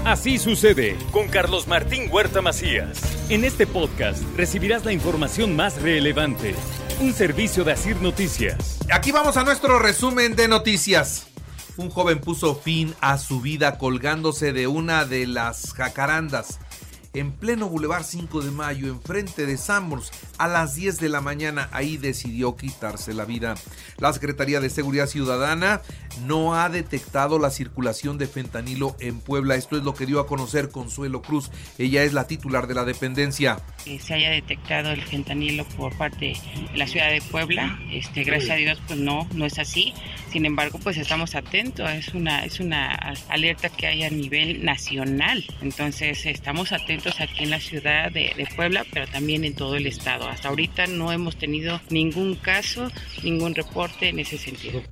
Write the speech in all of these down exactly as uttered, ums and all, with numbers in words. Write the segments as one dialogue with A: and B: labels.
A: Así sucede con Carlos Martín Huerta Macías. En este podcast recibirás la información más relevante. Un servicio de Asir Noticias.
B: Aquí vamos a nuestro resumen de noticias. Un joven puso fin a su vida colgándose de una de las jacarandas en pleno Boulevard cinco de Mayo, enfrente de Sanborns, a las diez de la mañana. Ahí decidió quitarse la vida. La Secretaría de Seguridad Ciudadana no ha detectado la circulación de fentanilo en Puebla. Esto es lo que dio a conocer Consuelo Cruz. Ella es la titular de la dependencia.
C: Que se haya detectado el fentanilo por parte de la ciudad de Puebla, este, gracias a Dios, pues no, no es así. Sin embargo, pues estamos atentos. Es una, es una alerta que hay a nivel nacional. Entonces, estamos atentos aquí en la ciudad de, de Puebla, pero también en todo el estado. Hasta ahorita no hemos tenido ningún caso, ningún reporte en ese sentido.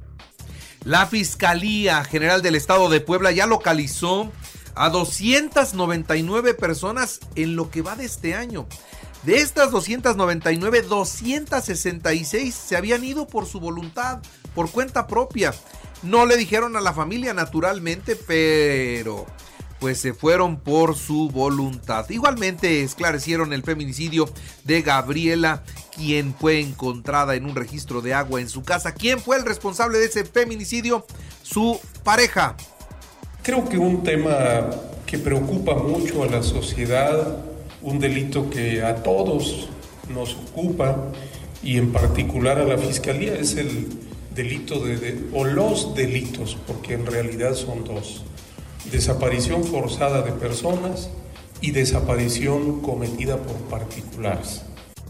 B: La Fiscalía General del Estado de Puebla ya localizó a doscientas noventa y nueve personas en lo que va de este año. De estas doscientas noventa y nueve, doscientas sesenta y seis se habían ido por su voluntad, por cuenta propia. No le dijeron a la familia, naturalmente, pero pues se fueron por su voluntad. Igualmente esclarecieron el feminicidio de Gabriela, quien fue encontrada en un registro de agua en su casa. ¿Quién fue el responsable de ese feminicidio? Su pareja.
D: Creo que un tema que preocupa mucho a la sociedad, un delito que a todos nos ocupa y en particular a la Fiscalía, es el delito de, de o los delitos, porque en realidad son dos: desaparición forzada de personas y desaparición cometida por particulares.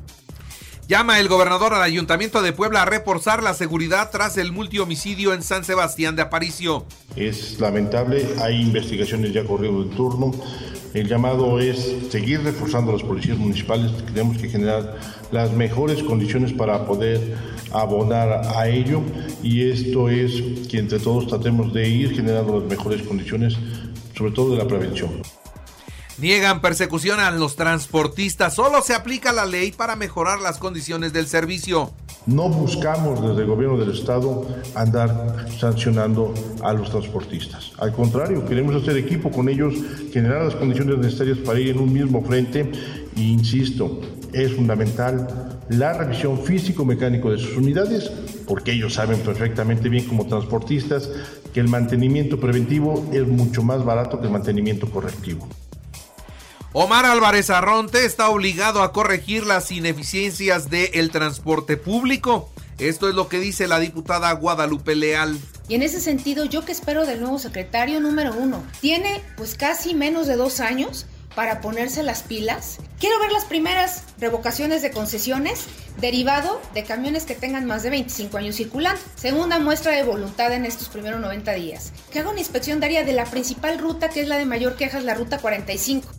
B: Llama el gobernador al Ayuntamiento de Puebla a reforzar la seguridad tras el multihomicidio en San Sebastián de Aparicio.
E: Es lamentable, hay investigaciones ya corriendo en turno. El llamado es seguir reforzando a las policías municipales. Tenemos que generar las mejores condiciones para poder abonar a ello, y esto es que entre todos tratemos de ir generando las mejores condiciones, sobre todo de la prevención.
B: Niegan persecución a los transportistas. Solo se aplica la ley para mejorar las condiciones del servicio.
E: No buscamos desde el gobierno del estado andar sancionando a los transportistas. Al contrario, queremos hacer equipo con ellos, generar las condiciones necesarias para ir en un mismo frente. E insisto, es fundamental la revisión físico-mecánico de sus unidades, porque ellos saben perfectamente bien como transportistas que el mantenimiento preventivo es mucho más barato que el mantenimiento correctivo.
B: Omar Álvarez Arronte está obligado a corregir las ineficiencias del transporte público. Esto es lo que dice la diputada Guadalupe Leal.
F: Y en ese sentido, ¿yo qué espero del nuevo secretario? Número uno, tiene pues casi menos de dos años para ponerse las pilas. Quiero ver las primeras revocaciones de concesiones derivado de camiones que tengan más de veinticinco años circulando. Segunda muestra de voluntad en estos primeros noventa días. Que haga una inspección diaria de la principal ruta, que es la de mayor quejas, la ruta cuarenta y cinco.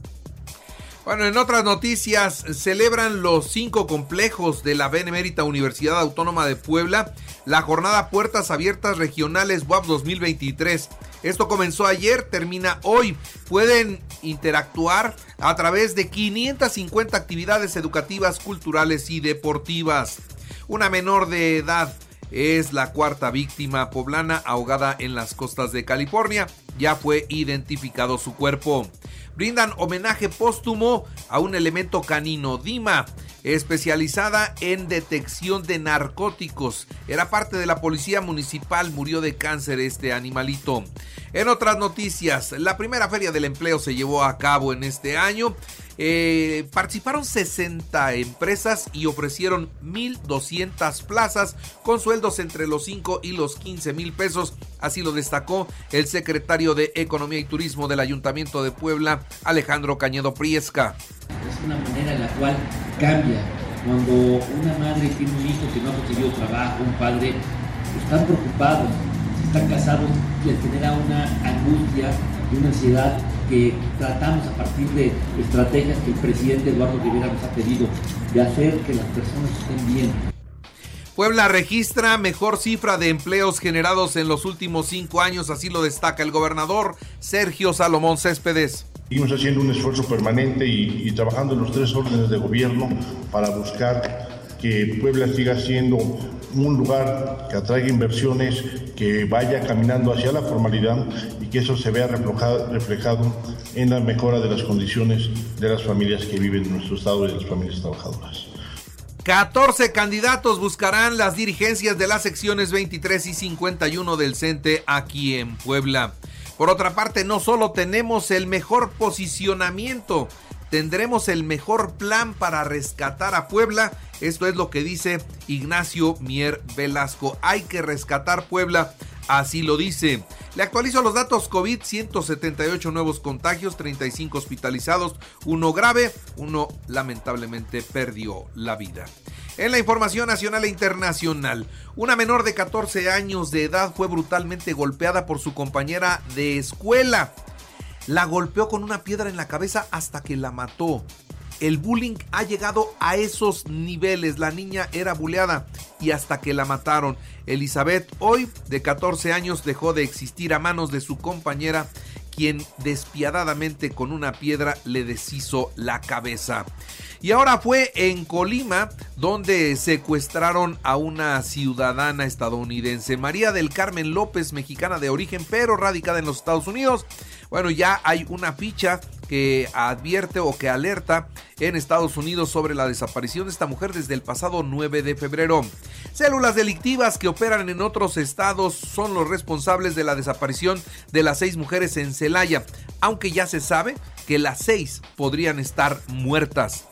B: Bueno, en otras noticias, celebran los cinco complejos de la Benemérita Universidad Autónoma de Puebla la jornada Puertas Abiertas Regionales U A P dos mil veintitrés. Esto comenzó ayer, termina hoy. Pueden interactuar a través de quinientas cincuenta actividades educativas, culturales y deportivas. Una menor de edad es la cuarta víctima poblana ahogada en las costas de California. Ya fue identificado su cuerpo. Brindan homenaje póstumo a un elemento canino, Dima, especializada en detección de narcóticos. Era parte de la policía municipal, murió de cáncer este animalito. En otras noticias, la primera feria del empleo se llevó a cabo en este año. Eh, participaron sesenta empresas y ofrecieron mil doscientas plazas con sueldos entre los cinco y los quince mil pesos. Así lo destacó el secretario de Economía y Turismo del Ayuntamiento de Puebla, Alejandro Cañedo Priesca.
G: Es una manera en la cual cambia. Cuando una madre tiene un hijo que no ha conseguido trabajo, un padre, están preocupados, están casados, les genera una angustia y una ansiedad que tratamos a partir de estrategias que el presidente Eduardo Rivera nos ha pedido, de hacer que las personas estén bien.
B: Puebla registra mejor cifra de empleos generados en los últimos cinco años, así lo destaca el gobernador Sergio Salomón Céspedes.
E: Seguimos haciendo un esfuerzo permanente y, y trabajando en los tres órdenes de gobierno para buscar que Puebla siga siendo un lugar que atraiga inversiones, que vaya caminando hacia la formalidad y que eso se vea reflejado, reflejado en la mejora de las condiciones de las familias que viven en nuestro estado y de las familias trabajadoras.
B: catorce candidatos buscarán las dirigencias de las secciones veintitrés y cincuenta y uno del CENTE aquí en Puebla. Por otra parte, no solo tenemos el mejor posicionamiento, tendremos el mejor plan para rescatar a Puebla. Esto es lo que dice Ignacio Mier Velasco. Hay que rescatar Puebla, así lo dice. Le actualizo los datos COVID, ciento setenta y ocho nuevos contagios, treinta y cinco hospitalizados, uno grave, uno lamentablemente perdió la vida. En la información nacional e internacional, una menor de catorce años de edad fue brutalmente golpeada por su compañera de escuela. La golpeó con una piedra en la cabeza hasta que la mató. El bullying ha llegado a esos niveles. La niña era buleada y hasta que la mataron. Elizabeth, hoy de catorce años, dejó de existir a manos de su compañera, quien despiadadamente con una piedra le deshizo la cabeza. Y ahora fue en Colima donde secuestraron a una ciudadana estadounidense, María del Carmen López, mexicana de origen pero radicada en los Estados Unidos. Bueno, ya hay una ficha que advierte o que alerta en Estados Unidos sobre la desaparición de esta mujer desde el pasado nueve de febrero. Células delictivas que operan en otros estados son los responsables de la desaparición de las seis mujeres en Celaya, aunque ya se sabe que las seis podrían estar muertas.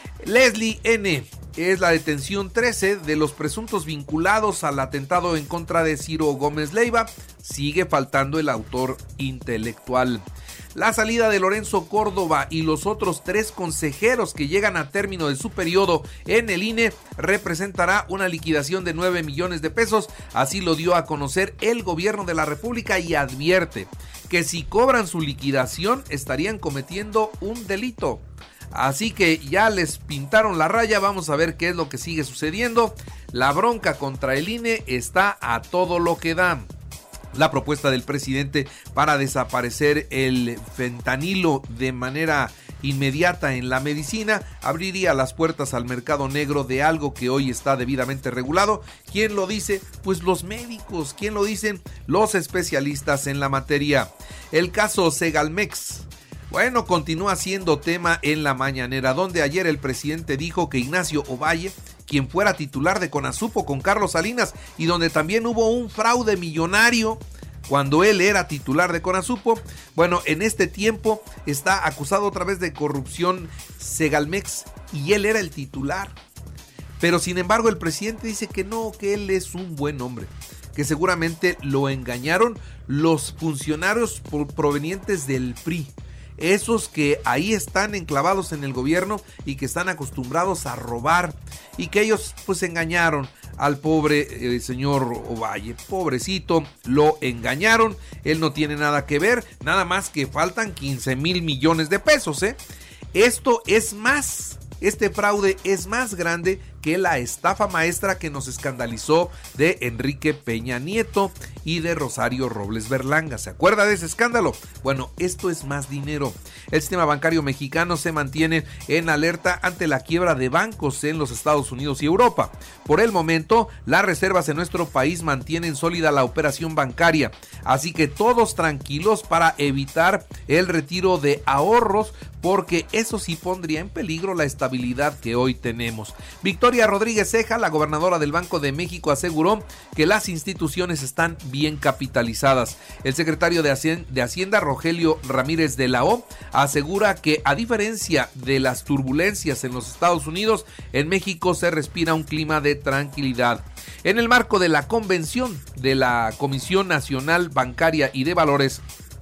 B: Leslie N. es la detención trece de los presuntos vinculados al atentado en contra de Ciro Gómez Leiva. Sigue faltando el autor intelectual. La salida de Lorenzo Córdoba y los otros tres consejeros que llegan a término de su periodo en el I N E representará una liquidación de nueve millones de pesos. Así lo dio a conocer el gobierno de la República y advierte que si cobran su liquidación estarían cometiendo un delito. Así que ya les pintaron la raya, vamos a ver qué es lo que sigue sucediendo. La bronca contra el I N E está a todo lo que da. La propuesta del presidente para desaparecer el fentanilo de manera inmediata en la medicina abriría las puertas al mercado negro de algo que hoy está debidamente regulado. ¿Quién lo dice? Pues los médicos. ¿Quién lo dicen? Los especialistas en la materia. El caso Segalmex, bueno, continúa siendo tema en la mañanera, donde ayer el presidente dijo que Ignacio Ovalle, quien fuera titular de Conasupo con Carlos Salinas, y donde también hubo un fraude millonario cuando él era titular de Conasupo, bueno, en este tiempo está acusado otra vez de corrupción Segalmex y él era el titular. Pero sin embargo el presidente dice que no, que él es un buen hombre, que seguramente lo engañaron los funcionarios provenientes del P R I. Esos que ahí están enclavados en el gobierno y que están acostumbrados a robar y que ellos pues engañaron al pobre eh, señor Ovalle. Pobrecito, lo engañaron, él no tiene nada que ver, nada más que faltan quince mil millones de pesos, ¿eh? Esto es más, este fraude es más grande que la estafa maestra que nos escandalizó de Enrique Peña Nieto y de Rosario Robles Berlanga. ¿Se acuerda de ese escándalo? Bueno, esto es más dinero. El sistema bancario mexicano se mantiene en alerta ante la quiebra de bancos en los Estados Unidos y Europa. Por el momento, las reservas en nuestro país mantienen sólida la operación bancaria, así que todos tranquilos para evitar el retiro de ahorros, porque eso sí pondría en peligro la estabilidad que hoy tenemos. Victoria Rodríguez Ceja, la gobernadora del Banco de México, aseguró que las instituciones están bien capitalizadas. El secretario de Hacienda, Rogelio Ramírez de la O, asegura que a diferencia de las turbulencias en los Estados Unidos, en México se respira un clima de tranquilidad. En el marco de la convención de la Comisión Nacional Bancaria y de Valores,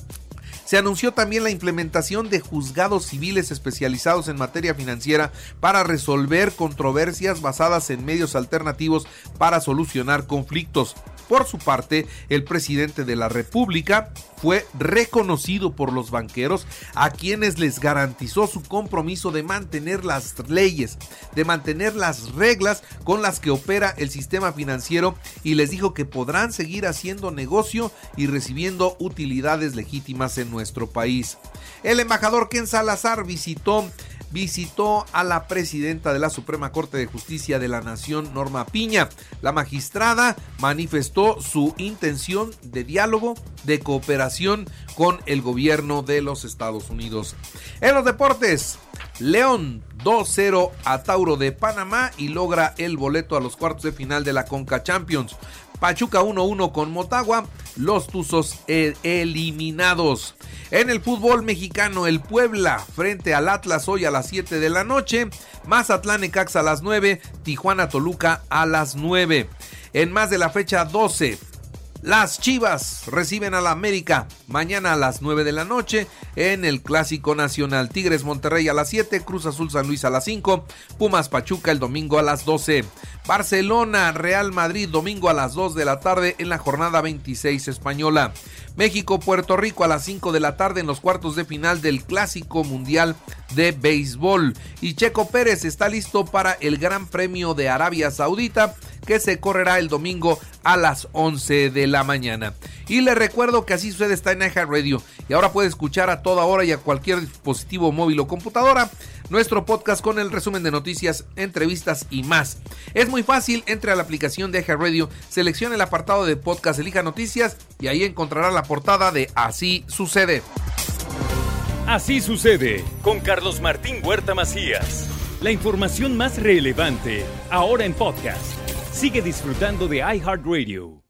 B: se anunció también la implementación de juzgados civiles especializados en materia financiera para resolver controversias basadas en medios alternativos para solucionar conflictos. Por su parte, el presidente de la República fue reconocido por los banqueros, a quienes les garantizó su compromiso de mantener las leyes, de mantener las reglas con las que opera el sistema financiero, y les dijo que podrán seguir haciendo negocio y recibiendo utilidades legítimas en nuestro país. El embajador Ken Salazar visitó visitó a la presidenta de la Suprema Corte de Justicia de la Nación, Norma Piña. La magistrada manifestó su intención de diálogo, de cooperación con el gobierno de los Estados Unidos. En los deportes, León dos cero a Tauro de Panamá y logra el boleto a los cuartos de final de la Conca Champions. Pachuca uno uno con Motagua, los Tuzos eliminados. En el fútbol mexicano, el Puebla frente al Atlas hoy a las siete de la noche, Mazatlán Necaxa a las nueve, Tijuana Toluca a las nueve. En más de la fecha doce, las Chivas reciben a la América mañana a las nueve de la noche en el Clásico Nacional. Tigres Monterrey a las siete, Cruz Azul San Luis a las cinco, Pumas Pachuca el domingo a las doce. Barcelona Real Madrid domingo a las dos de la tarde en la jornada veintiséis española. México Puerto Rico a las cinco de la tarde en los cuartos de final del Clásico Mundial de Béisbol. Y Checo Pérez está listo para el Gran Premio de Arabia Saudita, que se correrá el domingo a las once de la mañana. Y les recuerdo que Así Sucede está en iHeartRadio y ahora puede escuchar a toda hora y a cualquier dispositivo móvil o computadora nuestro podcast con el resumen de noticias, entrevistas y más. Es muy fácil, entre a la aplicación de iHeartRadio, seleccione el apartado de podcast, elija noticias y ahí encontrará la portada de Así Sucede.
A: Así Sucede con Carlos Martín Huerta Macías. La información más relevante ahora en podcast. Sigue disfrutando de iHeartRadio.